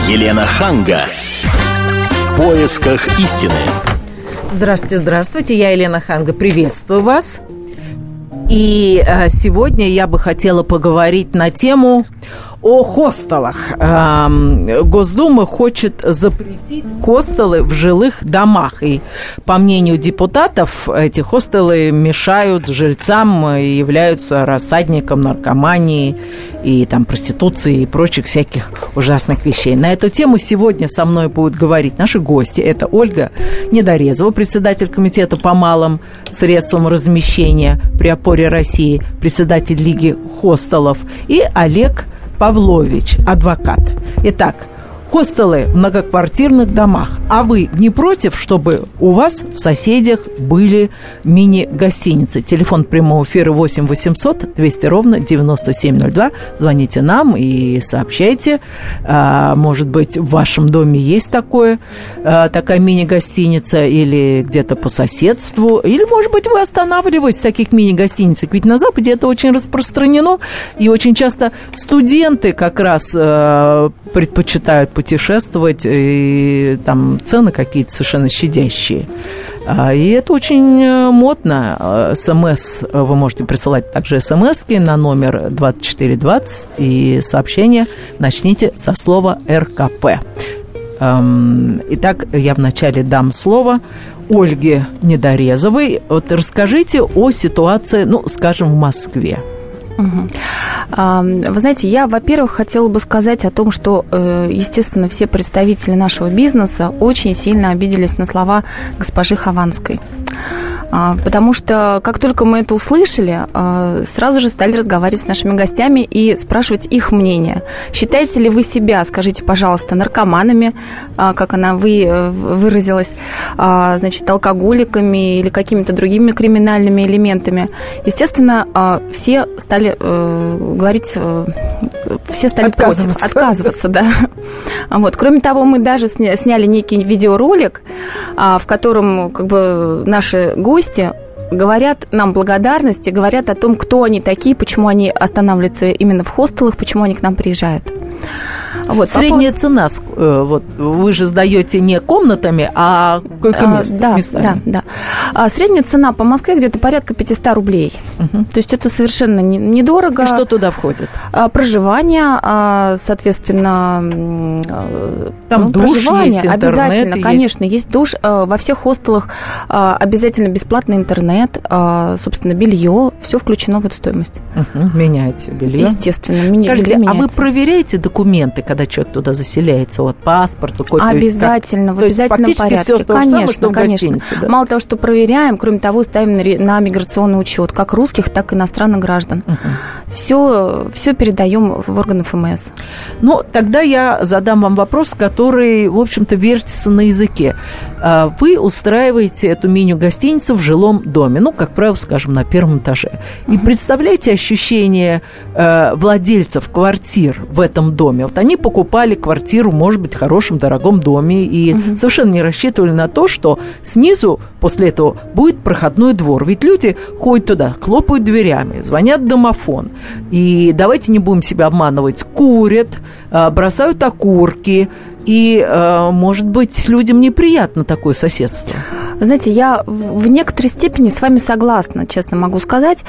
Елена Ханга. В поисках истины. Здравствуйте, я Елена Ханга, приветствую вас. И сегодня я бы хотела поговорить на тему о хостелах. Госдума хочет запретить хостелы в жилых домах. И, по мнению депутатов, эти хостелы мешают жильцам и являются рассадником наркомании и там, проституции и прочих всяких ужасных вещей. На эту тему сегодня со мной будут говорить наши гости. Это Ольга Недорезова, председатель комитета по малым средствам размещения при опоре России, председатель Лиги хостелов, и Олег Павлович, адвокат. Итак, хостелы в многоквартирных домах. А вы не против, чтобы у вас в соседях были мини-гостиницы? Телефон прямого эфира 8 800 200 ровно 9702. Звоните нам и сообщайте. Может быть, в вашем доме есть такая мини-гостиница или где-то по соседству. Или, может быть, вы останавливаетесь в таких мини-гостиницах. Ведь на Западе это очень распространено. И очень часто студенты как раз предпочитают путешествовать, и там цены какие-то совершенно щадящие. И это очень модно. СМС вы можете присылать также СМСки на номер 2420, и сообщение начните со слова РКП. Итак, я вначале дам слово Ольге Недорезовой. Вот расскажите о ситуации, скажем, в Москве. Вы знаете, я, во-первых, хотела бы сказать о том, что, естественно, все представители нашего бизнеса очень сильно обиделись на слова госпожи Хованской. Потому что, как только мы это услышали, сразу же стали разговаривать с нашими гостями и спрашивать их мнение. Считаете ли вы себя, скажите, пожалуйста, наркоманами, как она выразилась, значит, алкоголиками или какими-то другими криминальными элементами? Естественно, все стали говорить, все стали отказываться, да. Вот. Кроме того, мы даже сняли некий видеоролик, в котором как бы наши гости говорят нам благодарности, говорят о том, кто они такие, почему они останавливаются именно в хостелах, почему они к нам приезжают. Вот, средняя цена, вот, вы же сдаете не комнатами, а местами. Да. Средняя цена по Москве где-то порядка 500 рублей. То есть это совершенно недорого. И что туда входит? Проживание, соответственно, там душ проживание есть, интернет обязательно, есть. Конечно, есть душ. Во всех хостелах обязательно бесплатный интернет, собственно, белье, все включено в эту стоимость. Меняете белье? Естественно, скажите, а вы проверяете документы, когда человек туда заселяется, вот паспорт, какой-то? Обязательно, в обязательном порядке. Все то же самое, что в гостинице, да? Мало того, что проверяем, кроме того, ставим на миграционный учет как русских, так и иностранных граждан. Все передаем в органы ФМС. Тогда я задам вам вопрос, который, в общем-то, вертится на языке. Вы устраиваете эту мини-гостиницу в жилом доме, как правило, скажем, на первом этаже. И представляете ощущение владельцев квартир в этом доме? Вот они покупали квартиру, может быть, в хорошем, дорогом доме и совершенно не рассчитывали на то, что снизу после этого будет проходной двор. Ведь люди ходят туда, хлопают дверями, звонят в домофон. И давайте не будем себя обманывать, курят, бросают окурки. И, может быть, людям неприятно такое соседство. Вы знаете, я в некоторой степени с вами согласна, честно могу сказать.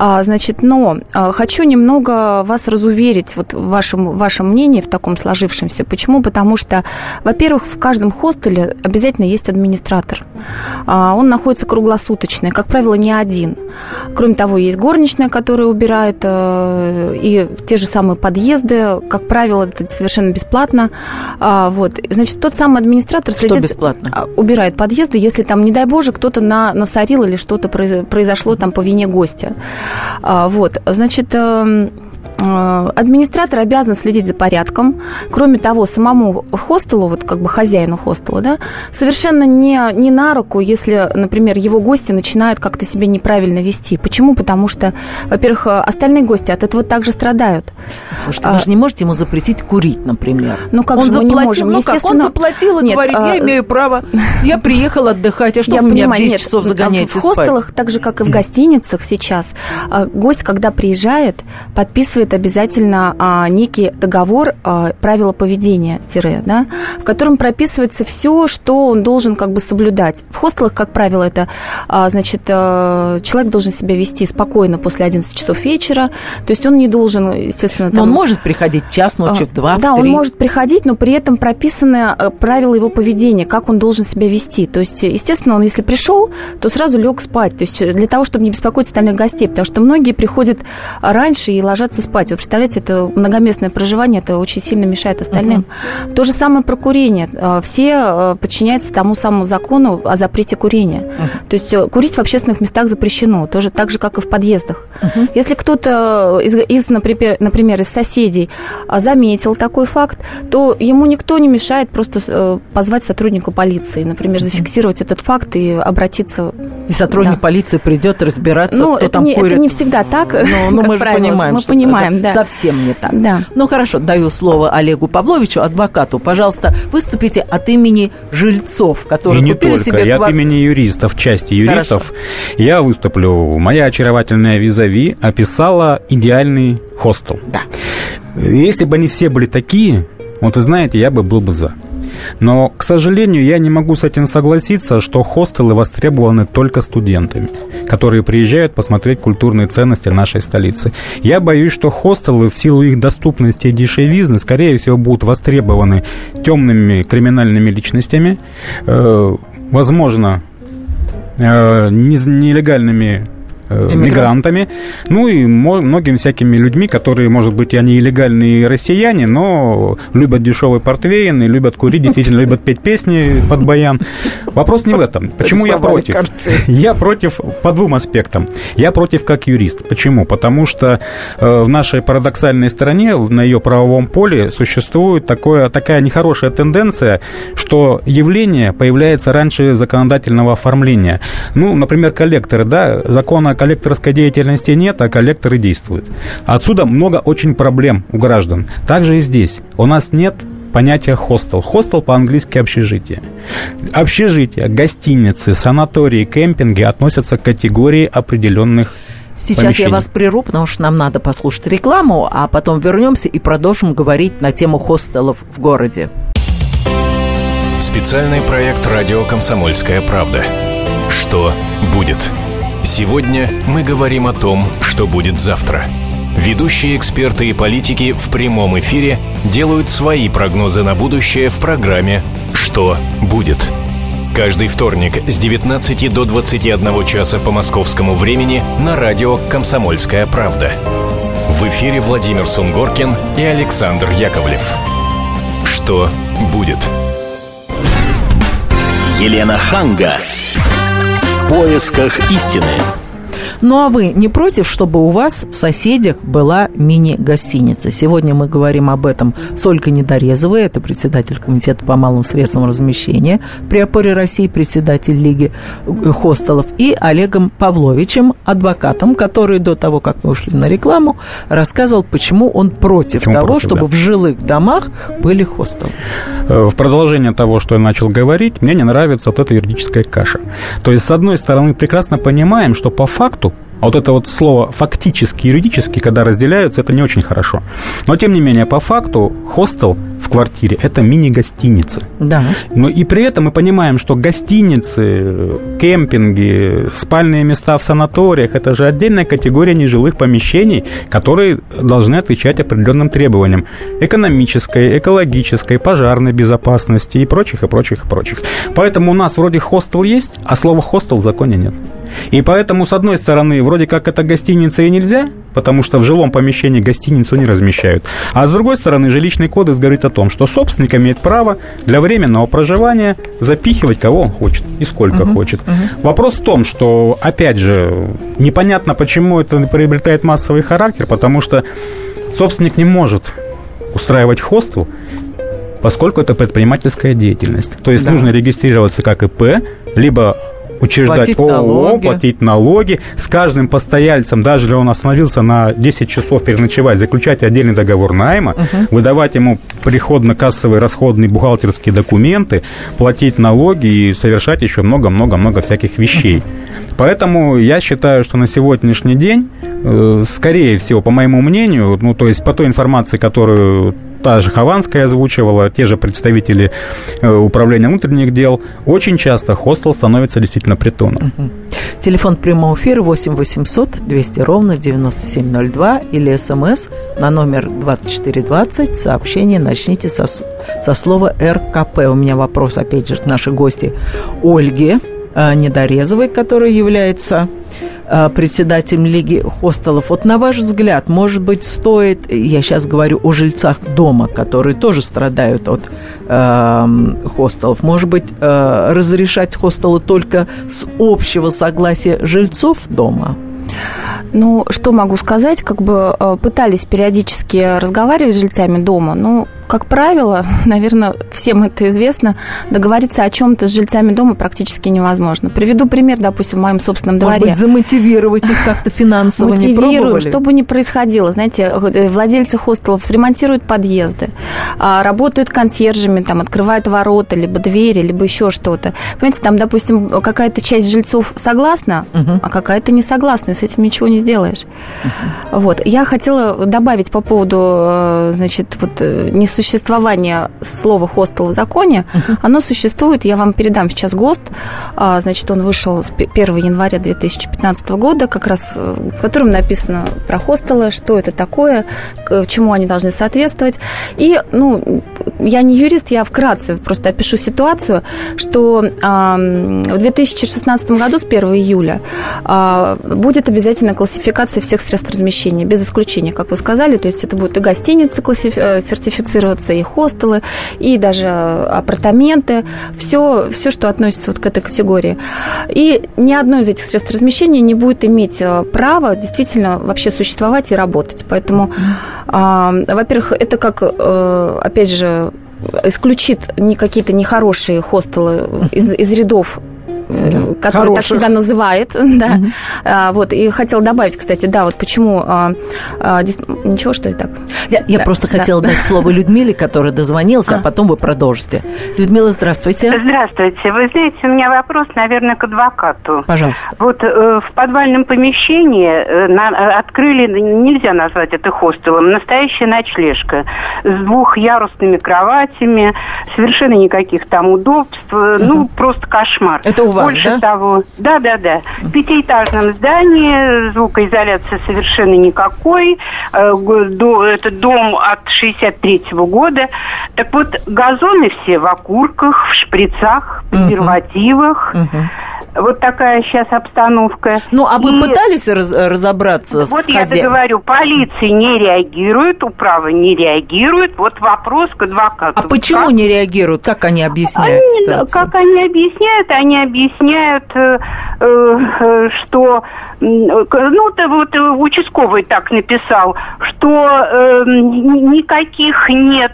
Но хочу немного вас разуверить вот в вашем мнении, в таком сложившемся. Почему? Потому что, во-первых, в каждом хостеле обязательно есть администратор. Он находится круглосуточно, как правило, не один. Кроме того, есть горничная, которая убирает, и те же самые подъезды. Как правило, это совершенно бесплатно. Значит, тот самый администратор следит, бесплатно? Убирает подъезды, если там, не дай боже, кто-то насорил или что-то произошло там по вине гостя. Значит, администратор обязан следить за порядком. Кроме того, самому хостелу, вот как бы хозяину хостела, да, совершенно не на руку, если, например, его гости начинают как-то себя неправильно вести. Почему? Потому что, во-первых, остальные гости от этого также страдают. Слушайте, вы же не можете ему запретить курить, например. Как же мы не можем? Он заплатил и говорит, я имею право, я приехал отдыхать, а что вы меня в 10 часов загоняете спать? В хостелах, так же, как и в гостиницах сейчас, гость, когда приезжает, подписывает обязательно некий договор, правила поведения, да, в котором прописывается все, что он должен как бы соблюдать. В хостелах, как правило, это, значит, человек должен себя вести спокойно после 11 часов вечера, то есть он не должен, естественно... Но он может приходить в час ночи, в 2, в 3? Да, он может приходить, но при этом прописаны правила его поведения, как он должен себя вести. То есть, естественно, он, если пришел, то сразу лег спать, то есть для того, чтобы не беспокоить остальных гостей, потому что многие приходят раньше и ложатся спать. Вы представляете, это многоместное проживание, это очень сильно мешает остальным. То же самое про курение. Все подчиняются тому самому закону о запрете курения. То есть курить в общественных местах запрещено, тоже так же, как и в подъездах. Если кто-то например, из соседей заметил такой факт, то ему никто не мешает просто позвать сотрудника полиции, например, зафиксировать этот факт и обратиться... И сотрудник полиции придет разбираться, кто там курит. Это не всегда так, но мы же понимаем, что это да. совсем не так. Да. Ну, хорошо, даю слово Олегу Павловичу, адвокату. Пожалуйста, выступите от имени жильцов, которые купили себе квартиру. И от имени юристов, части юристов. Хорошо. Я выступлю. Моя очаровательная визави описала идеальный хостел. Да. Если бы они все были такие, вот вы знаете, я был бы за. Но, к сожалению, я не могу с этим согласиться, что хостелы востребованы только студентами, которые приезжают посмотреть культурные ценности нашей столицы. Я боюсь, что хостелы в силу их доступности и дешевизны, скорее всего, будут востребованы темными криминальными личностями, возможно, нелегальными мигрантами, ну и многими всякими людьми, которые, может быть, они и легальные россияне, но любят дешевый портвейн и любят курить, действительно любят петь песни под баян. Вопрос не в этом. Почему я против? Я против по двум аспектам. Я против как юрист. Почему? Потому что в нашей парадоксальной стране, на ее правовом поле существует такая нехорошая тенденция, что явление появляется раньше законодательного оформления. Ну, например, коллекторы, да, закона о коллекторской деятельности нет, а коллекторы действуют. Отсюда много очень проблем у граждан. Также и здесь. У нас нет понятия хостел. Хостел по-английски общежитие. Общежития, гостиницы, санатории, кемпинги относятся к категории определенных Сейчас помещений. Я вас прерву, потому что нам надо послушать рекламу, а потом вернемся и продолжим говорить на тему хостелов в городе. Специальный проект «Радио Комсомольская правда». Что будет? Сегодня мы говорим о том, что будет завтра. Ведущие эксперты и политики в прямом эфире делают свои прогнозы на будущее в программе «Что будет?». Каждый вторник с 19 до 21 часа по московскому времени на радио «Комсомольская правда». В эфире Владимир Сунгоркин и Александр Яковлев. Что будет? Елена Ханга. В поисках истины. Ну, а вы не против, чтобы у вас в соседях была мини-гостиница? Сегодня мы говорим об этом с Ольгой Недорезовой, это председатель комитета по малым средствам размещения при опоре России, председатель Лиги хостелов, и Олегом Павловичем, адвокатом, который до того, как мы ушли на рекламу, рассказывал, почему он против того, чтобы в жилых домах были хостелы. В продолжение того, что я начал говорить, мне не нравится вот эта юридическая каша. То есть, с одной стороны, прекрасно понимаем, что по факту, а вот это вот слово фактически, юридически, когда разделяются, это не очень хорошо. Но, тем не менее, по факту хостел в квартире – это мини-гостиница. Да. Но и при этом мы понимаем, что гостиницы, кемпинги, спальные места в санаториях – это же отдельная категория нежилых помещений, которые должны отвечать определенным требованиям экономической, экологической, пожарной безопасности и прочих, и прочих, и прочих. Поэтому у нас вроде хостел есть, а слова хостел в законе нет. И поэтому, с одной стороны, вроде как это гостиница и нельзя, потому что в жилом помещении гостиницу не размещают. А с другой стороны, жилищный кодекс говорит о том, что собственник имеет право для временного проживания запихивать кого он хочет и сколько хочет. Вопрос в том, что, опять же, непонятно, почему это приобретает массовый характер, потому что собственник не может устраивать хостел, поскольку это предпринимательская деятельность. То есть нужно регистрироваться как ИП, либо учреждать ООО, платить налоги, с каждым постояльцем, даже если он остановился на 10 часов переночевать, заключать отдельный договор найма, выдавать ему приходно-кассовые, расходные, бухгалтерские документы, платить налоги и совершать еще много-много-много всяких вещей. Поэтому я считаю, что на сегодняшний день, скорее всего, по моему мнению, ну, то есть по той информации, которую та же Хованская озвучивала, те же представители управления внутренних дел, очень часто хостел становится действительно притоном. Телефон прямого эфира 8 800 200 ровно 9702 или СМС на номер 2420. Сообщение начните со слова РКП. У меня вопрос, опять же, к нашей гости Ольге Недорезовой, которая является председателем Лиги хостелов. Вот на ваш взгляд, может быть, стоит, я сейчас говорю о жильцах дома, которые тоже страдают от хостелов, может быть, разрешать хостелы только с общего согласия жильцов дома? Ну, что могу сказать, как бы пытались периодически разговаривать с жильцами дома, но, как правило, наверное, всем это известно, договориться о чем-то с жильцами дома практически невозможно. Приведу пример, допустим, в моем собственном дворе. Может быть, замотивировать их как-то финансово не пробовали? Мотивируем, что бы ни происходило. Знаете, владельцы хостелов ремонтируют подъезды, работают консьержами, там, открывают ворота, либо двери, либо еще что-то. Понимаете, там, допустим, какая-то часть жильцов согласна, а какая-то не согласна, и с этим ничего не сделаешь. Вот. Я хотела добавить по поводу, значит, вот несуществования слова «хостел» в законе. Оно существует, я вам передам сейчас ГОСТ. Значит, он вышел с 1 января 2015 года, как раз в котором написано про хостелы, что это такое, чему они должны соответствовать. И, ну, я не юрист, я вкратце просто опишу ситуацию, что в 2016 году с 1 июля будет обязательно классификация всех средств размещения, без исключения, как вы сказали, то есть это будут и гостиницы сертифицироваться, и хостелы, и даже апартаменты, все, что относится вот к этой категории. И ни одно из этих средств размещения не будет иметь права действительно вообще существовать и работать. Поэтому, во-первых, это как, опять же, исключит какие-то нехорошие хостелы из рядов, который так себя называет, да. Вот, и хотела добавить, кстати, да, вот почему... Ничего, что ли, так? Я просто хотела дать слово Людмиле, которая дозвонилась, а потом вы продолжите. Людмила, здравствуйте. Здравствуйте. Вы знаете, у меня вопрос, наверное, к адвокату. Пожалуйста. Вот в подвальном помещении открыли, нельзя назвать это хостелом, настоящая ночлежка с двухъярусными кроватями, совершенно никаких там удобств, ну, просто кошмар. Это у вас, больше да? того, да. В пятиэтажном здании звукоизоляции совершенно никакой. Это дом от 63-го года. Так вот, газоны все в окурках, в шприцах, презервативах. Вот такая сейчас обстановка. Ну, а вы пытались разобраться с хозяином? Вот я говорю, полиция не реагирует, управа не реагирует. Вот вопрос к адвокату. А почему не реагируют? Как они объясняют ситуацию? Как они объясняют? Они объясняют, что... Ну, вот участковый так написал, что никаких нет...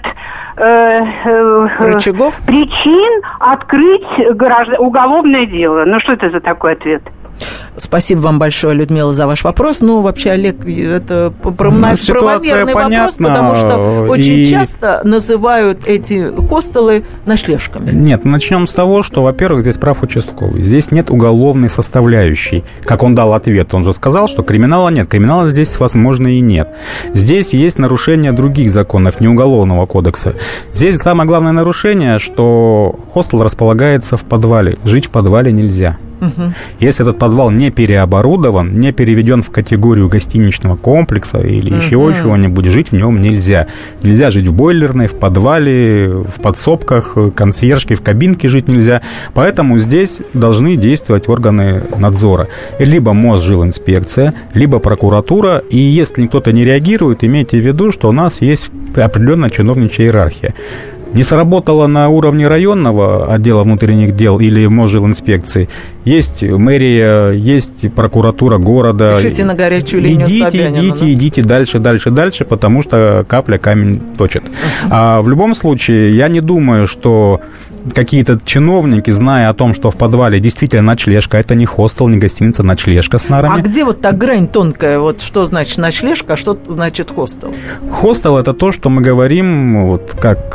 рычагов? Причин открыть уголовное дело. Ну, что это за такой ответ? Спасибо вам большое, Людмила, за ваш вопрос. Ну, вообще, Олег, это правомерный вопрос, потому что очень часто называют эти хостелы ночлежками. Нет, начнем с того, что, во-первых, здесь прав участковый. Здесь нет уголовной составляющей. Как он дал ответ, он же сказал, что криминала нет. Криминала здесь, возможно, и нет. Здесь есть нарушение других законов, не уголовного кодекса. Здесь самое главное нарушение, что хостел располагается в подвале. Жить в подвале нельзя. Если этот подвал не переоборудован, не переведен в категорию гостиничного комплекса или еще чего-нибудь, жить в нем нельзя. Нельзя жить в бойлерной, в подвале, в подсобках, консьержке, в кабинке жить нельзя. Поэтому здесь должны действовать органы надзора. Либо Мосжилинспекция, либо прокуратура. И если кто-то не реагирует, имейте в виду, что у нас есть определенная чиновничья иерархия. Не сработало на уровне районного отдела внутренних дел или Мосжилинспекции. Есть мэрия, есть прокуратура города. Пишите на горячую линию Собянина. Идите дальше, потому что капля камень точит. А в любом случае, я не думаю, что какие-то чиновники, зная о том, что в подвале действительно ночлежка, это не хостел, не гостиница, ночлежка с нарами. А где вот та грань тонкая? Вот что значит ночлежка, а что значит хостел? Хостел – это то, что мы говорим, вот как моя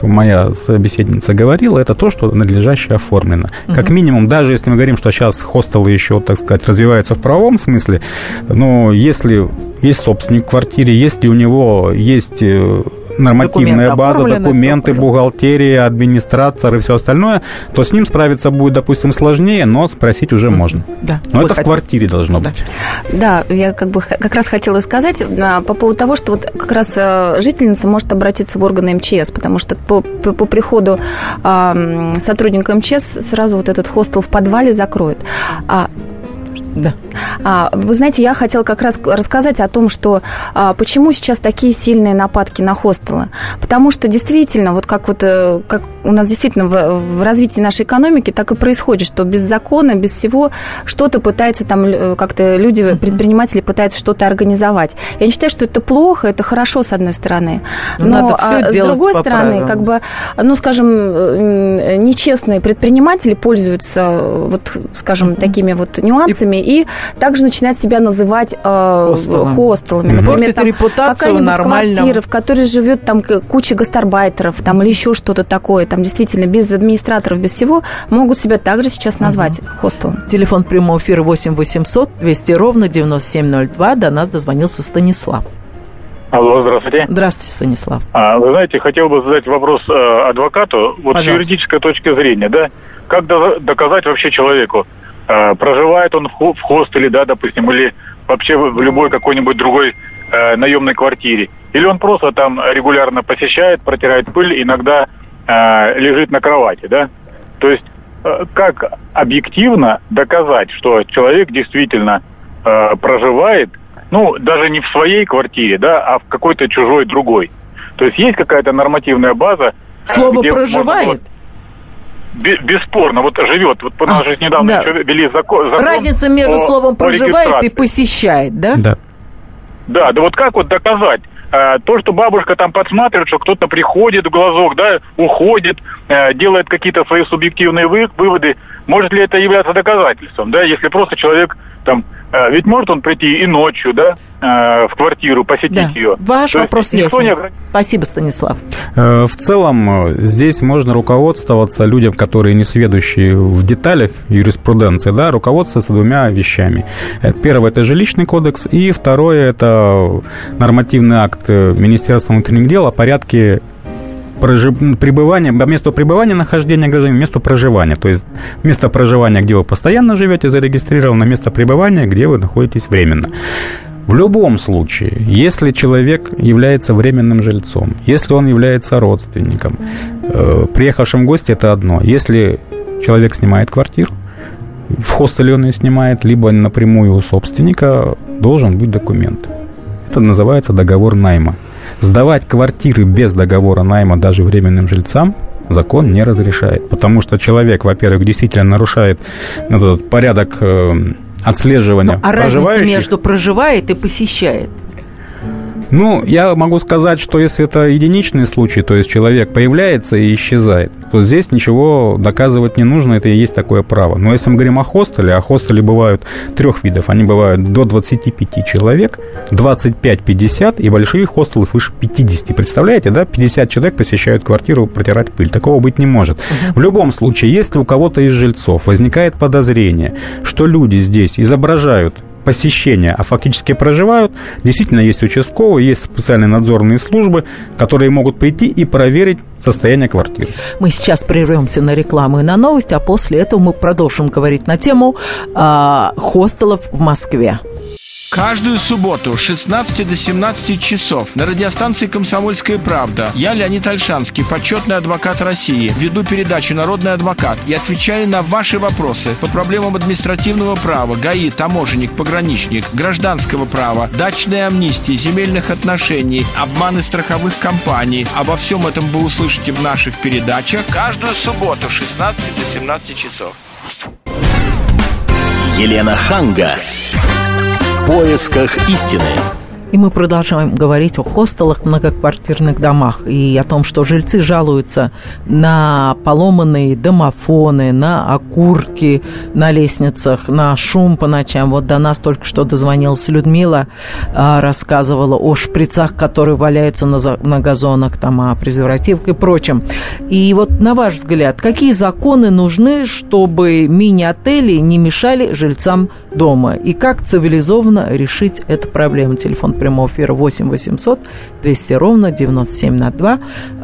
моя собеседница говорила, это то, что надлежаще оформлено. Как минимум, даже если мы говорим, что сейчас хостелы еще, так сказать, развиваются в правовом смысле, но если есть собственник в квартире, если у него есть нормативная база, документы, бухгалтерия, администратор и все остальное, то с ним справиться будет, допустим, сложнее, но спросить уже можно. Да. Но это в квартире должно быть. Да, я как раз хотела сказать по поводу того, что вот как раз жительница может обратиться в органы МЧС, потому что по приходу сотрудника МЧС сразу вот этот хостел в подвале закроют. Да. Вы знаете, я хотела как раз рассказать о том, что почему сейчас такие сильные нападки на хостелы. Потому что действительно, вот как у нас действительно в развитии нашей экономики так и происходит, что без закона, без всего что-то пытается там как-то люди, предприниматели пытаются что-то организовать. Я не считаю, что это плохо, это хорошо с одной стороны. Но с другой стороны, как бы, скажем, нечестные предприниматели пользуются вот, скажем, такими вот нюансами и также начинают себя называть хостелами. Например, там какая-нибудь квартира, в которой живет там куча гастарбайтеров там, или еще что-то такое, там действительно без администраторов, без всего, могут себя также сейчас назвать хостелом. Телефон прямого эфира 8 800 200 ровно 9702. До нас дозвонился Станислав. Алло, здравствуйте. Здравствуйте, Станислав. Вы знаете, хотел бы задать вопрос адвокату. Вот с юридической точки зрения, да, как доказать вообще человеку, проживает он в хостеле, да, допустим, или вообще в любой какой-нибудь другой наемной квартире. Или он просто там регулярно посещает, протирает пыль, иногда лежит на кровати, да? То есть как объективно доказать, что человек действительно проживает, даже не в своей квартире, да, а в какой-то чужой другой. То есть есть какая-то нормативная база. Слово «проживает»? Бесспорно, вот живет. Вот у нас же недавно еще ввели закон. Разница между словом «проживает» и «посещает», да? Да. Да, вот как вот доказать? То, что бабушка там подсматривает, что кто-то приходит в глазок, да, уходит, делает какие-то свои субъективные выводы, может ли это являться доказательством, да, если просто человек там, ведь может он прийти и ночью, да, в квартиру, посетить ее. Ваш вопрос ясен. Спасибо, Станислав. В целом, здесь можно руководствоваться людям, которые не сведущие в деталях юриспруденции, да, руководствоваться двумя вещами. Первое – это жилищный кодекс, и второе – это нормативный акт Министерства внутренних дел о порядке пребывания, место пребывания, нахождения гражданина, место проживания. То есть место проживания, где вы постоянно живете, зарегистрировано, место пребывания, где вы находитесь временно. В любом случае, если человек является временным жильцом, если он является родственником, приехавшим в гости, это одно. Если человек снимает квартиру, в хостеле он ее снимает, либо напрямую у собственника, должен быть документ. Это называется договор найма. Сдавать квартиры без договора найма даже временным жильцам закон не разрешает. Потому что человек, во-первых, действительно нарушает этот порядок отслеживания проживающих. А разница между проживает и посещает? Я могу сказать, что если это единичный случай, то есть человек появляется и исчезает, то здесь ничего доказывать не нужно, это и есть такое право. Но если мы говорим о хостеле, бывают 3 видов. Они бывают до 25 человек, 25-50 и большие хостелы свыше 50. Представляете, да? 50 человек посещают квартиру протирать пыль. Такого быть не может. В любом случае, если у кого-то из жильцов возникает подозрение, что люди здесь изображают посещения, а фактически проживают, действительно есть участковые, есть специальные надзорные службы, которые могут прийти и проверить состояние квартиры. Мы сейчас прервемся на рекламу и на новости, а после этого мы продолжим говорить на тему хостелов в Москве. Каждую субботу с 16 до 17 часов на радиостанции «Комсомольская правда» я, Леонид Ольшанский, почетный адвокат России, веду передачу «Народный адвокат» и отвечаю на ваши вопросы по проблемам административного права, ГАИ, таможенник, пограничник, гражданского права, дачной амнистии, земельных отношений, обманы страховых компаний. Обо всем этом вы услышите в наших передачах каждую субботу с 16 до 17 часов. Елена Ханга. В поисках истины. И мы продолжаем говорить о хостелах, многоквартирных домах и о том, что жильцы жалуются на поломанные домофоны, на окурки на лестницах, на шум по ночам. Вот до нас только что дозвонилась Людмила, рассказывала о шприцах, которые валяются на газонах, там, о презервативах и прочем. И вот, на ваш взгляд, какие законы нужны, чтобы мини-отели не мешали жильцам дома? И как цивилизованно решить эту проблему? Телефон прямого эфира 8 800 200 ровно 9702,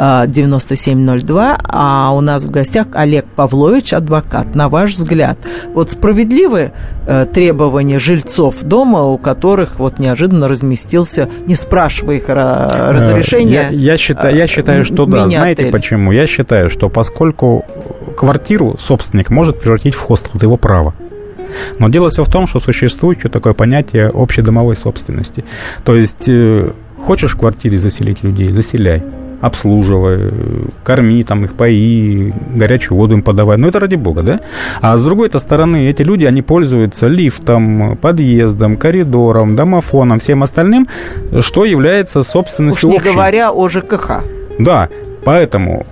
9702. А у нас в гостях Олег Павлович, адвокат. На ваш взгляд, вот справедливы требования жильцов дома, у которых вот неожиданно разместился, не спрашивая их разрешения? Я считаю, что да. Знаете почему? Я считаю, что поскольку квартиру собственник может превратить в хостел, это его право. Но дело все в том, что существует что такое понятие общедомовой собственности. То есть, хочешь в квартире заселить людей, заселяй, обслуживай, корми там их, пои, горячую воду им подавай. Ну, это ради бога, да? А с другой стороны, эти люди, они пользуются лифтом, подъездом, коридором, домофоном, всем остальным, что является собственностью общей. Уж не говоря о ЖКХ. Да, поэтому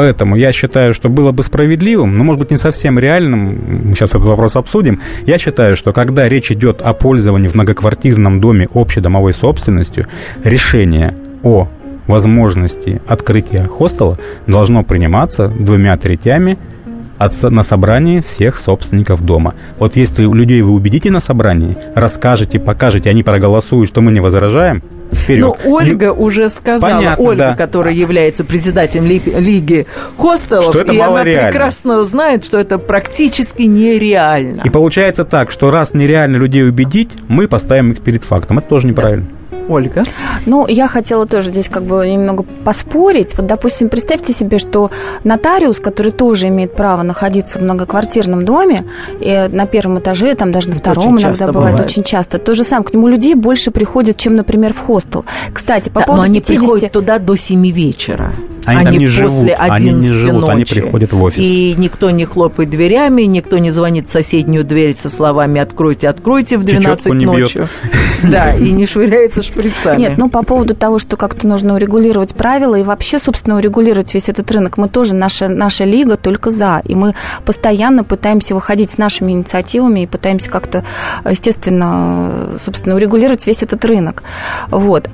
я считаю, что было бы справедливым, но, может быть, не совсем реальным, мы сейчас этот вопрос обсудим, я считаю, что когда речь идет о пользовании в многоквартирном доме общедомовой собственностью, решение о возможности открытия хостела должно приниматься 2/3 на собрании всех собственников дома. Вот если людей вы убедите на собрании, расскажете, покажете, они проголосуют, что мы не возражаем, вперед. Ну, Ольга уже сказала, понятно, Ольга, да, которая является председателем Лиги хостелов, что это и она прекрасно знает, что это практически нереально. И получается так, что раз нереально людей убедить, мы поставим их перед фактом. Это тоже неправильно. Да. Ольга? Ну, я хотела тоже здесь как бы немного поспорить. Вот, допустим, представьте себе, что нотариус, который тоже имеет право находиться в многоквартирном доме, и на первом этаже, там даже на втором иногда бывает очень часто, то же самое, к нему людей больше приходит, чем, например, в хостел. Кстати, по поводу но они приходят туда до 7 вечера. Они не живут, после 11 они не живут, ночи. Они приходят в офис. И никто не хлопает дверями, никто не звонит в соседнюю дверь со словами «откройте, откройте» в 12 ночи. Да, и не швыряется шприцами. Нет, ну по поводу того, что как-то нужно урегулировать правила и вообще, собственно, урегулировать весь этот рынок, мы тоже, наша лига только за. И мы постоянно пытаемся выходить с нашими инициативами и пытаемся как-то, естественно, собственно, урегулировать весь этот рынок. Вот.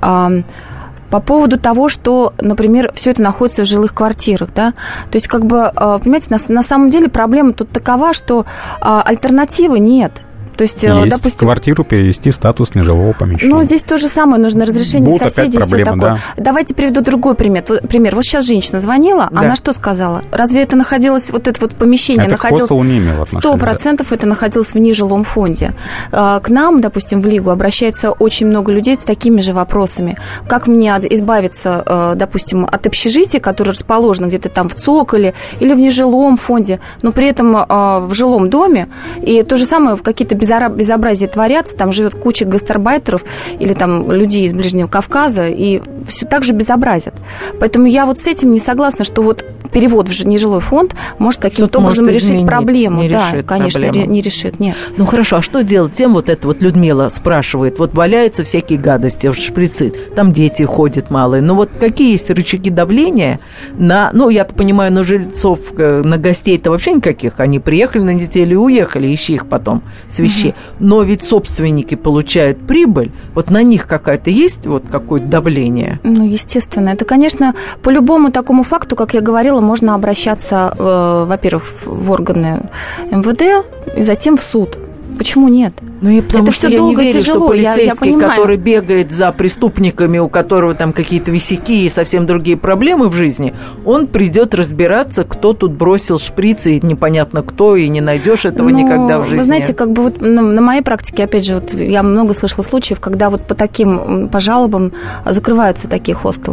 По поводу того, что, например, все это находится в жилых квартирах, да, то есть, как бы, понимаете, на самом деле проблема тут такова, что альтернативы нет. То есть, допустим, квартиру перевести в статус нежилого помещения. Ну, здесь то же самое, нужно разрешение соседей и все такое. Да. Давайте приведу другой пример. Вот сейчас женщина звонила, да. Она что сказала? Разве это находилось, вот это вот помещение это находилось... к хостелу не имело отношения. 100% да. Это находилось в нежилом фонде. К нам, допустим, в Лигу обращается очень много людей с такими же вопросами. Как мне избавиться, допустим, от общежития, которое расположено где-то там в цоколе или в нежилом фонде, но при этом в жилом доме, и то же самое какие-то безобразия творятся, там живет куча гастарбайтеров или там людей из Ближнего Кавказа, и все так же безобразят. Поэтому я вот с этим не согласна, что вот перевод в нежилой фонд может каким-то образом решить проблему. Да, конечно, не решит, нет. Ну хорошо, а что делать тем, вот это вот Людмила спрашивает, вот валяются всякие гадости, шприцы, там дети ходят малые, ну вот какие есть рычаги давления на, ну я-то понимаю, на жильцов, на гостей-то вообще никаких, они приехали на неделю и уехали, ищи их потом с вещей, но ведь собственники получают прибыль, вот на них какая-то есть вот какое-то давление? Ну, естественно, это, конечно, по любому такому факту, как я говорила, можно обращаться, во-первых, в органы МВД и затем в суд. Почему нет? Ну, и потому это что я не верю, тяжело, что полицейский, который бегает за преступниками, у которого там какие-то висяки и совсем другие проблемы в жизни, он придет разбираться, кто тут бросил шприцы, и непонятно кто, и не найдешь этого никогда в жизни. Вы знаете, как бы вот на моей практике, опять же, вот я много слышала случаев, когда вот по жалобам закрываются такие хостелы.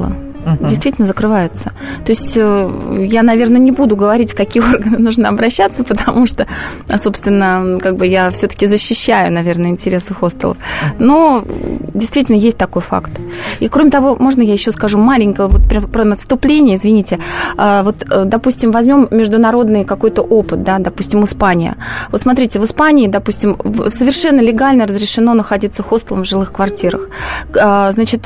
действительно закрываются. То есть я, наверное, не буду говорить, в какие органы нужно обращаться, потому что, собственно, как бы я все-таки защищаю, наверное, интересы хостелов. Но действительно есть такой факт. И, кроме того, можно я еще скажу маленькое вот про отступление, извините. Вот, допустим, возьмем международный какой-то опыт, да, допустим, Испания. Вот смотрите, в Испании, допустим, совершенно легально разрешено находиться хостелом в жилых квартирах. Значит,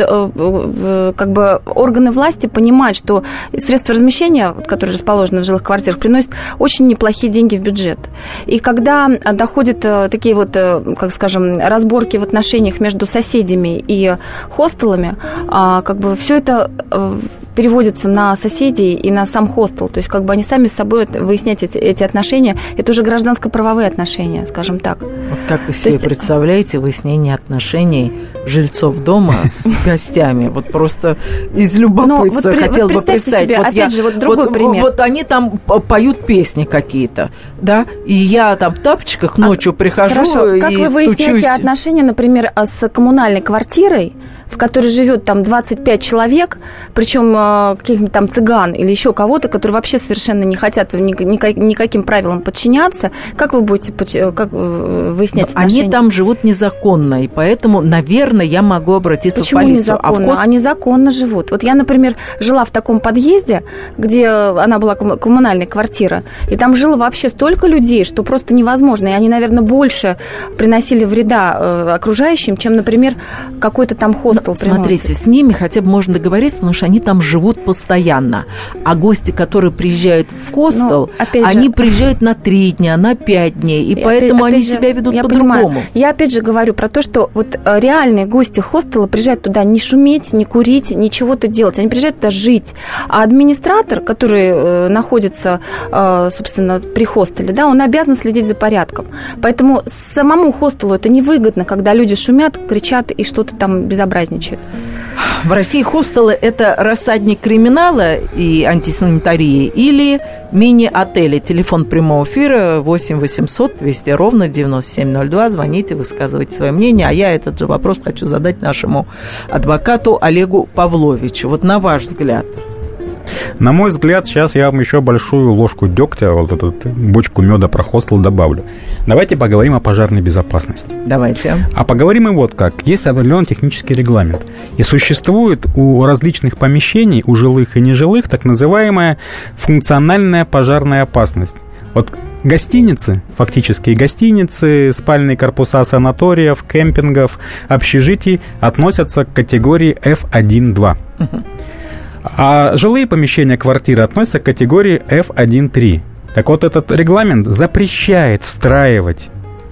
как бы органы власти понимают, что средства размещения, которые расположены в жилых квартирах, приносят очень неплохие деньги в бюджет. И когда доходят такие вот, как скажем, разборки в отношениях между соседями и хостелами, как бы все это переводится на соседей и на сам хостел. То есть как бы они сами с собой выяснять эти отношения. Это уже гражданско-правовые отношения, скажем так. Вот как вы себе представляете выяснение отношений жильцов дома с гостями? Вот просто из любопытства я хотела бы представить. Себе, вот опять же, вот другой пример. Вот они там поют песни какие-то, да, и я там в тапочках ночью прихожу и стучусь. Как вы выясняете отношения, например, с коммунальной квартирой, в которой живет там 25 человек, причем каких-нибудь там цыган или еще кого-то, которые вообще совершенно не хотят никаким правилам подчиняться? Как вы будете выяснять отношения? Они там живут незаконно, и поэтому, наверное, я могу обратиться в полицию. Незаконно? Они законно живут. Вот я, например, жила в таком подъезде, где она была коммунальная квартира, и там жило вообще столько людей, что просто невозможно. И они, наверное, больше приносили вреда окружающим, чем, например, какой-то там хостел. Смотрите, с ними хотя бы можно договориться, потому что они там живут постоянно. А гости, которые приезжают в хостел, они приезжают на 3 дня, на 5 дней, и поэтому они себя ведут по-другому. Я опять же говорю про то, что вот реальные гости хостела приезжают туда не шуметь, не курить, ничего-то делать. Они приезжают туда жить. А администратор, который находится, собственно, при хостеле, да, он обязан следить за порядком. Поэтому самому хостелу это невыгодно, когда люди шумят, кричат и что-то там безобразничают. В России хостелы – это рассадник криминала и антисанитарии или мини-отели? Телефон прямого эфира 8 800 200 ровно 9702. Звоните, высказывайте свое мнение. А я этот же вопрос хочу задать нашему адвокату Олегу Павловичу. Вот на ваш взгляд. На мой взгляд, сейчас я вам еще большую ложку дегтя, вот эту бочку меда про хостел добавлю. Давайте поговорим о пожарной безопасности. Давайте. А поговорим и вот как. Есть определенный технический регламент. И существует у различных помещений, у жилых и нежилых, так называемая функциональная пожарная опасность. Вот гостиницы, фактически гостиницы, спальные корпуса санаториев, кемпингов, общежитий относятся к категории F1.2. А жилые помещения, квартиры относятся к категории F1.3. Так вот, этот регламент запрещает встраивать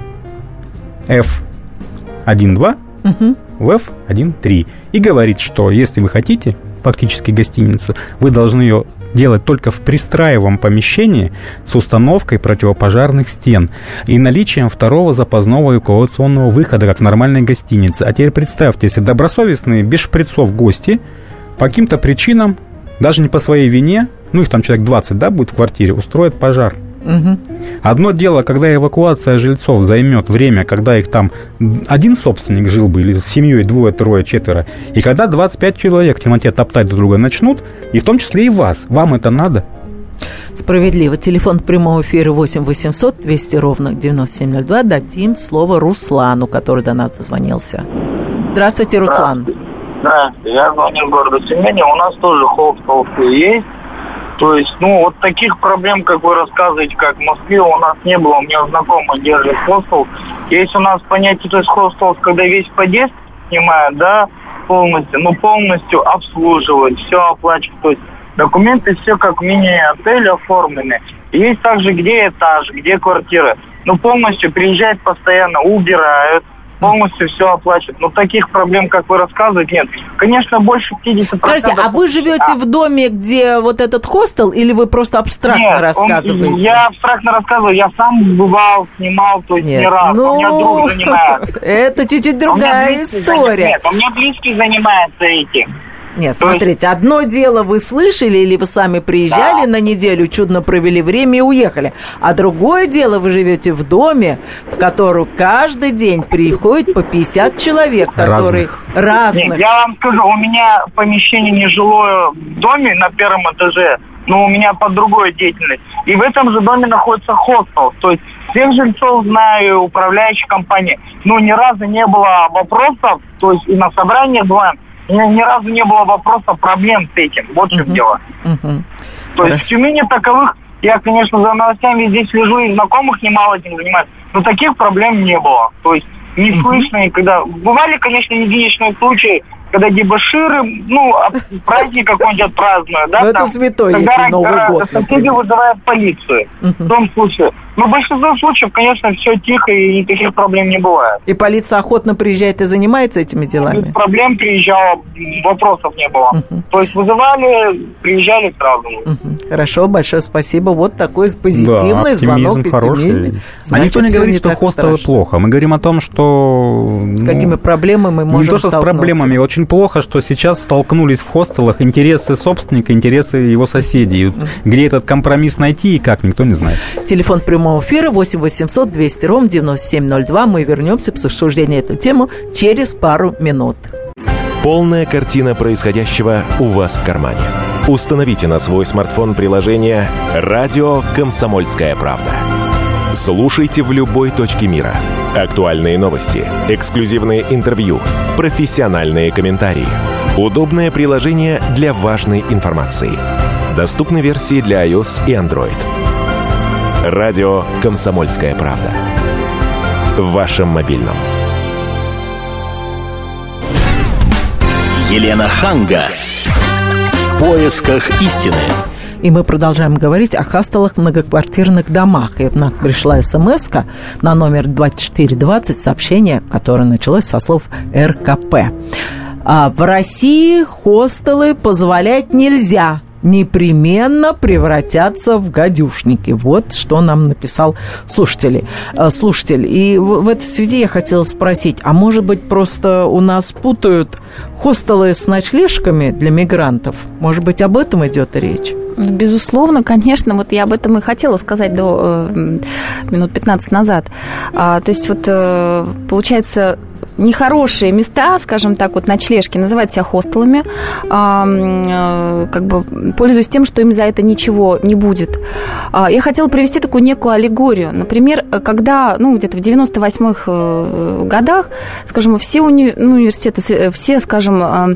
F1.2 в F1.3 и говорит, что если вы хотите фактически гостиницу, вы должны ее делать только в пристраиваемом помещении с установкой противопожарных стен и наличием второго запасного эвакуационного выхода, как в нормальной гостинице. А теперь представьте, если добросовестные, без шприцов гости по каким-то причинам, даже не по своей вине, ну их там человек 20, да, будет в квартире, устроят пожар. Одно дело, когда эвакуация жильцов займет время, когда их там один собственник жил бы, или с семьей 2, 3, 4, и когда 25 человек в темноте топтать друг друга начнут, и в том числе и вас. Вам это надо? Справедливо. Телефон прямого эфира 8 800 200 ровно 9702. Дадим слово Руслану, который до нас дозвонился. Здравствуйте, Руслан. Да, я звоню в города Тюмени. У нас тоже хостел есть. То есть, вот таких проблем, как вы рассказываете, как в Москве, у нас не было. У меня знакомый держит хостел. Есть у нас понятие, то есть хостел, когда весь подъезд снимают, да, полностью обслуживать, все оплачивать. То есть документы все как в мини-отеле оформлены. Есть также, где этаж, где квартира. Полностью приезжают постоянно, убирают. Полностью все оплачивают. Но таких проблем, как вы рассказываете, нет. Конечно, больше 50%. Скажите, а вы живете в доме, где вот этот хостел, или вы просто абстрактно рассказываете? Я абстрактно рассказываю. Я сам бывал, снимал, то есть не раз. У меня друг занимается. Это чуть-чуть другая история. Нет, у меня близкий занимается этим. Нет, смотрите, одно дело вы слышали или вы сами приезжали на неделю, чудно провели время и уехали. А другое дело, вы живете в доме, в который каждый день приходит по 50 человек, которые разных. Нет, я вам скажу, у меня помещение нежилое в доме на первом этаже, но у меня под другой деятельность. И в этом же доме находится хостел. То есть всех жильцов знаю, управляющих компаний. Но ни разу не было вопросов, то есть и на собраниях бываем, ни разу не было вопросов, проблем с этим. Вот в чем дело. То есть в Тюмени таковых, я, конечно, за новостями здесь слежу, и знакомых немало этим занимаюсь, но таких проблем не было. То есть не слышно никогда. Бывали, конечно, единичные случаи, когда дебоширы, праздник какой-нибудь отпразднуют, да? Но это святой, если Новый год. Соседи вызывают полицию в том случае. Но в большинстве случаев, конечно, все тихо и никаких проблем не бывает. И полиция охотно приезжает и занимается этими делами? Без проблем приезжала, вопросов не было. То есть вызывали, приезжали сразу. Хорошо, большое спасибо. Вот такой позитивный звонок из Тюмени. А никто не говорит, что хостелы плохо. Мы говорим о том, что... С какими проблемами мы можем столкнуться. Не то, что с проблемами. Очень плохо, что сейчас столкнулись в хостелах интересы собственника, интересы его соседей. Где этот компромисс найти и как, никто не знает. Телефон прямого эфира 8 800 200 ровно 9702. Мы вернемся к обсуждению эту тему через пару минут. Полная картина происходящего у вас в кармане. Установите на свой смартфон приложение «Радио Комсомольская правда». Слушайте в любой точке мира. Актуальные новости, эксклюзивные интервью, профессиональные комментарии. Удобное приложение для важной информации. Доступны версии для iOS и Android. Радио «Комсомольская правда». В вашем мобильном. Елена Ханга. В поисках истины. И мы продолжаем говорить о хостелах в многоквартирных домах. И нам пришла смс-ка на номер 2420, сообщение, которое началось со слов РКП. В России хостелы позволять нельзя. Непременно превратятся в гадюшники. Вот что нам написал слушатель. И в этой связи я хотела спросить, а может быть просто у нас путают хостелы с ночлежками для мигрантов? Может быть, об этом идет речь? Безусловно, конечно, вот я об этом и хотела сказать до минут 15 назад. То есть вот получается... Нехорошие места, скажем так, вот ночлежки, называют себя хостелами, как бы пользуясь тем, что им за это ничего не будет. Я хотела привести такую некую аллегорию. Например, когда, где-то в 98-х годах, скажем, все университеты, все, скажем,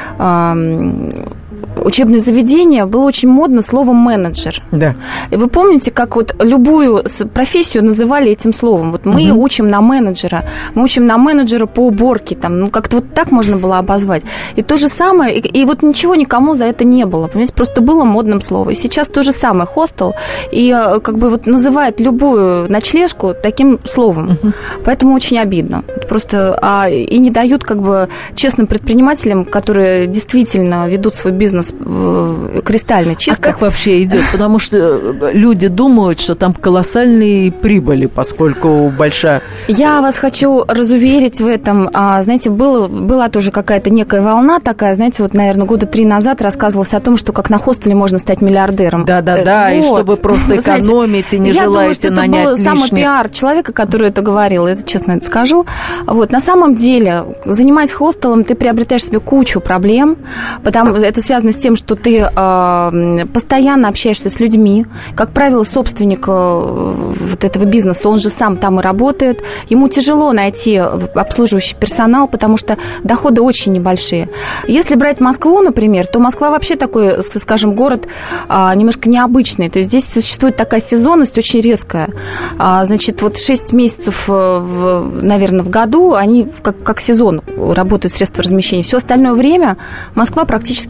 учебное заведение, было очень модно слово «менеджер». Да. И вы помните, как вот любую профессию называли этим словом? Вот мы учим на менеджера, мы учим на менеджера по уборке, как-то вот так можно было обозвать. И то же самое, и вот ничего никому за это не было, понимаете, просто было модным словом. И сейчас то же самое, хостел, и как бы вот называют любую ночлежку таким словом. Поэтому очень обидно. Просто, и не дают как бы честным предпринимателям, которые действительно ведут свой бизнес кристально чисто. А как вообще идет? Потому что люди думают, что там колоссальные прибыли, поскольку большая... Я вас хочу разуверить в этом. Знаете, была тоже какая-то некая волна такая, знаете, вот, наверное, года 3 назад рассказывалось о том, что как на хостеле можно стать миллиардером. Да-да-да, и что вы просто экономите, не желаете нанять лишних. Я думаю, что это был самый пиар человека, который это говорил, это честно это скажу. Вот, на самом деле, занимаясь хостелом, ты приобретаешь себе кучу проблем, потому это связано с тем, что ты постоянно общаешься с людьми. Как правило, собственник вот этого бизнеса, он же сам там и работает. Ему тяжело найти обслуживающий персонал, потому что доходы очень небольшие. Если брать Москву, например, то Москва вообще такой, скажем, город немножко необычный. То есть здесь существует такая сезонность очень резкая. Значит, вот 6 месяцев, наверное, в году они как сезон работают средства размещения. Все остальное время Москва практически пустая.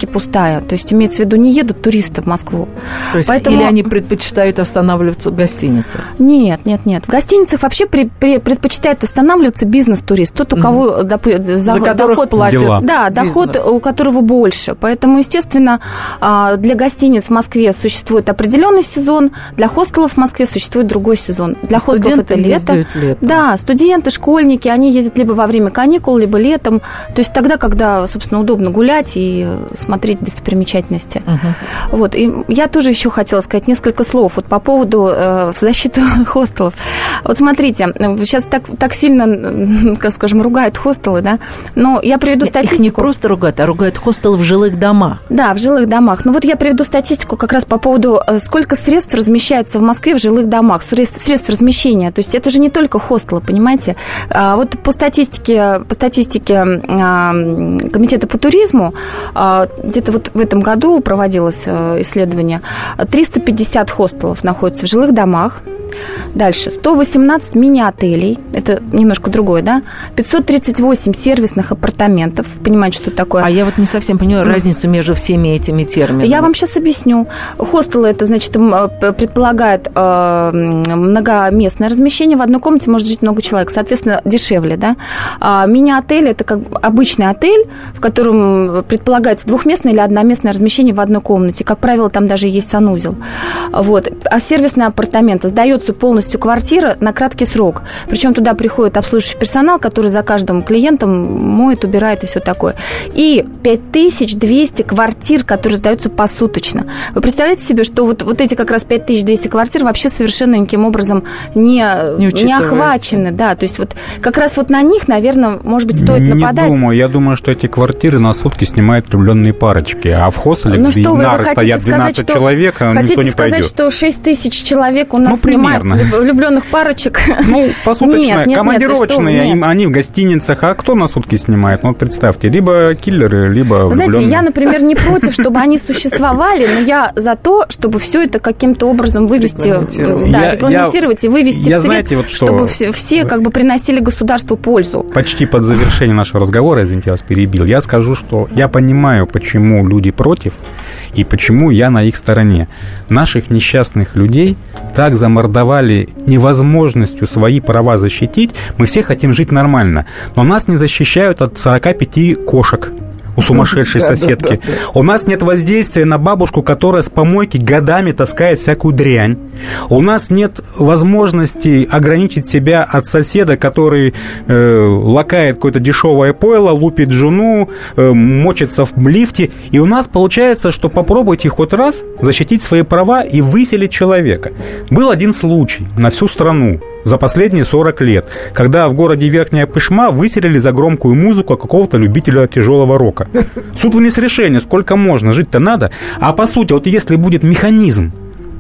другая. То есть, имеется в виду, не едут туристы в Москву. То есть, поэтому... или они предпочитают останавливаться в гостиницах? Нет. В гостиницах вообще предпочитает останавливаться бизнес-турист. Тот, у кого за которых платят. Да, доход у которого больше. Поэтому, естественно, для гостиниц в Москве существует определенный сезон, для хостелов в Москве существует другой сезон. Для хостелов это лето. Да, студенты, школьники, они ездят либо во время каникул, либо летом. То есть тогда, когда, собственно, удобно гулять и смотреть достопримечательности. Вот. И я тоже еще хотела сказать несколько слов вот по поводу в защиту хостелов. Вот смотрите, сейчас так сильно, как скажем, ругают хостелы, да, но я приведу статистику. Их не просто ругают, а ругают хостелы в жилых домах. Да, в жилых домах. Ну вот я приведу статистику как раз по поводу, сколько средств размещается в Москве в жилых домах, средств размещения. То есть это же не только хостелы, понимаете. Вот по статистике Комитета по туризму, где-то вот в этом году проводилось исследование, 350 хостелов находятся в жилых домах. Дальше, 118 мини-отелей, это немножко другое, да? 538 сервисных апартаментов, понимаете, что такое? А я вот не совсем понимаю разницу между всеми этими терминами. Я вам сейчас объясню. Хостелы, это, значит, предполагает многоместное размещение, в одной комнате может жить много человек, соответственно, дешевле, да? Мини-отель, это как обычный отель, в котором предполагается двухместное или одноместное размещение в одной комнате, как правило, там даже есть санузел. Вот. А сервисные апартаменты сдается полностью квартира на краткий срок. Причем туда приходит обслуживающий персонал, который за каждым клиентом моет, убирает и все такое. И 5200 квартир, которые сдаются посуточно. Вы представляете себе, что вот эти как раз 5200 квартир вообще совершенно никаким образом не охвачены. Да, то есть вот как раз вот на них, наверное, может быть, стоит нападать. Я думаю, что эти квартиры на сутки снимают влюбленные парочки, а в хостеле, где нары стоят 12 человек, никто не пойдет. Хотите сказать, что 6000 человек у нас снимают влюбленных парочек? Ну, посуточно, командировочные, они в гостиницах, а кто на сутки снимает? Ну, вот представьте, либо киллеры, либо влюбленные. Знаете, я, например, не против, чтобы они существовали, но я за то, чтобы все это каким-то образом вывести, регламентировать и вывести в свет, чтобы все как бы приносили государству пользу. Почти под завершение нашего разговора, извините, я вас перебил, я скажу, что я понимаю, почему люди против и почему я на их стороне. Наших несчастных людей так замордовали невозможностью свои права защитить. Мы все хотим жить нормально, но нас не защищают от 45 кошек у сумасшедшей соседки. У нас нет воздействия на бабушку, которая с помойки годами таскает всякую дрянь. У нас нет возможности ограничить себя от соседа, который лакает какое-то дешевое пойло, лупит жену, мочится в лифте. И у нас получается, что попробуйте хоть раз защитить свои права и выселить человека. Был один случай на всю страну за последние 40 лет, когда в городе Верхняя Пышма выселили за громкую музыку какого-то любителя тяжелого рока. Суд вынес решение, сколько можно, жить-то надо. А по сути, вот если будет механизм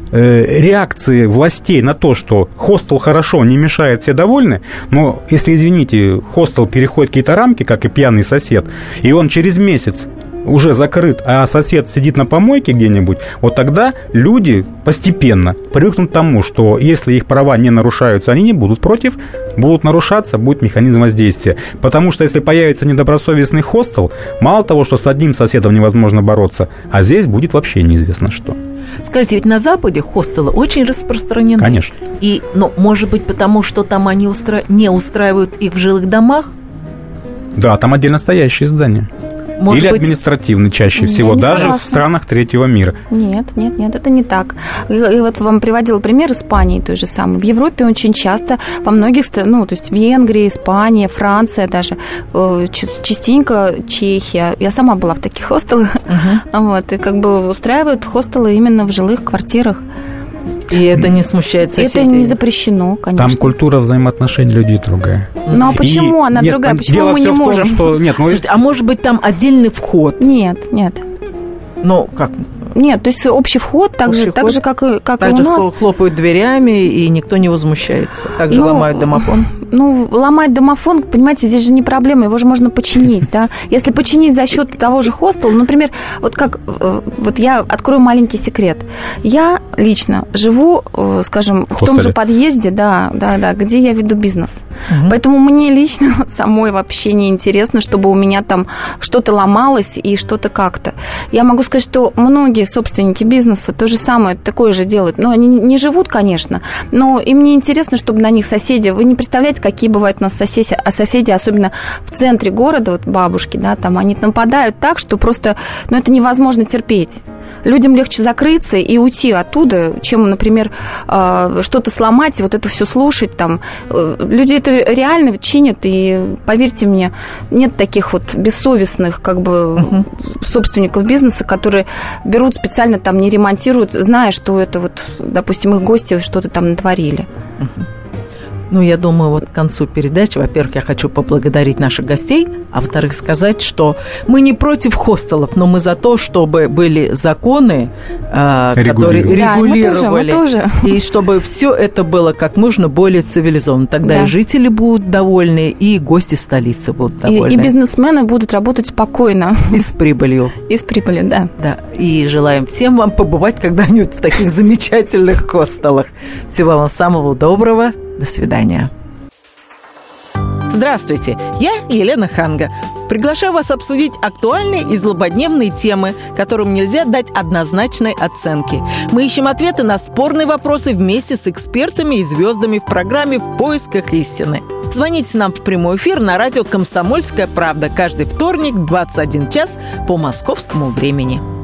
реакции властей на то, что хостел хорошо, не мешает, все довольны, но если, извините, хостел переходит какие-то рамки, как и пьяный сосед, и он через месяц уже закрыт, а сосед сидит на помойке где-нибудь, вот тогда люди постепенно привыкнут к тому, что если их права не нарушаются, они не будут против, будут нарушаться, будет механизм воздействия. Потому что если появится недобросовестный хостел, мало того, что с одним соседом невозможно бороться, а здесь будет вообще неизвестно что. Скажите, ведь на Западе хостелы очень распространены. Конечно. И, может быть, потому что там они не устраивают их в жилых домах? Да, там отдельно стоящие здания. Может Или быть, административный чаще всего, даже в странах третьего мира. Нет, это не так. И вот вам приводила пример Испании той же самой. В Европе очень часто, во многих странах, то есть Венгрия, Испания, Франция даже, частенько Чехия. Я сама была в таких хостелах. Вот, и как бы устраивают хостелы именно в жилых квартирах. И это не смущает соседей? Это не запрещено, конечно. Там культура взаимоотношений людей другая. Ну, а почему она другая? Почему мы не можем? Слушайте, а может быть, там отдельный вход? Нет. Ну, как? Нет, то есть общий вход, так же, как и у нас. Хлопают дверями, и никто не возмущается. Так же ломают домофон. ломать домофон, понимаете, здесь же не проблема, его же можно починить, да. Если починить за счет того же хостела, например, вот я открою маленький секрет. Я лично живу, скажем, в том же подъезде, да, где я веду бизнес. Поэтому мне лично самой вообще не интересно, чтобы у меня там что-то ломалось и что-то как-то. Я могу сказать, что многие собственники бизнеса то же самое, такое же делают. Но они не живут, конечно, но им не интересно, чтобы на них соседи... Вы не представляете, какие бывают у нас соседи, особенно в центре города, вот бабушки, да, там они нападают так, что просто, это невозможно терпеть. Людям легче закрыться и уйти оттуда, чем, например, что-то сломать, вот это все слушать. Там. Люди это реально чинят, и, поверьте мне, нет таких вот бессовестных собственников бизнеса, которые берут специально, там не ремонтируют, зная, что это вот, допустим, их гости что-то там натворили. Я думаю, вот к концу передачи, во-первых, я хочу поблагодарить наших гостей, а во-вторых, сказать, что мы не против хостелов, но мы за то, чтобы были законы, которые регулировали, мы тоже. И чтобы все это было как можно более цивилизованно. Тогда и жители будут довольны, и гости столицы будут довольны. И бизнесмены будут работать спокойно. И с прибылью. И с прибылью, да. Да. И желаем всем вам побывать когда-нибудь в таких замечательных хостелах. Всего вам самого доброго. До свидания. Здравствуйте, я Елена Ханга. Приглашаю вас обсудить актуальные и злободневные темы, которым нельзя дать однозначной оценки. Мы ищем ответы на спорные вопросы вместе с экспертами и звездами в программе «В поисках истины». Звоните нам в прямой эфир на радио «Комсомольская правда» каждый вторник в 21 час по московскому времени.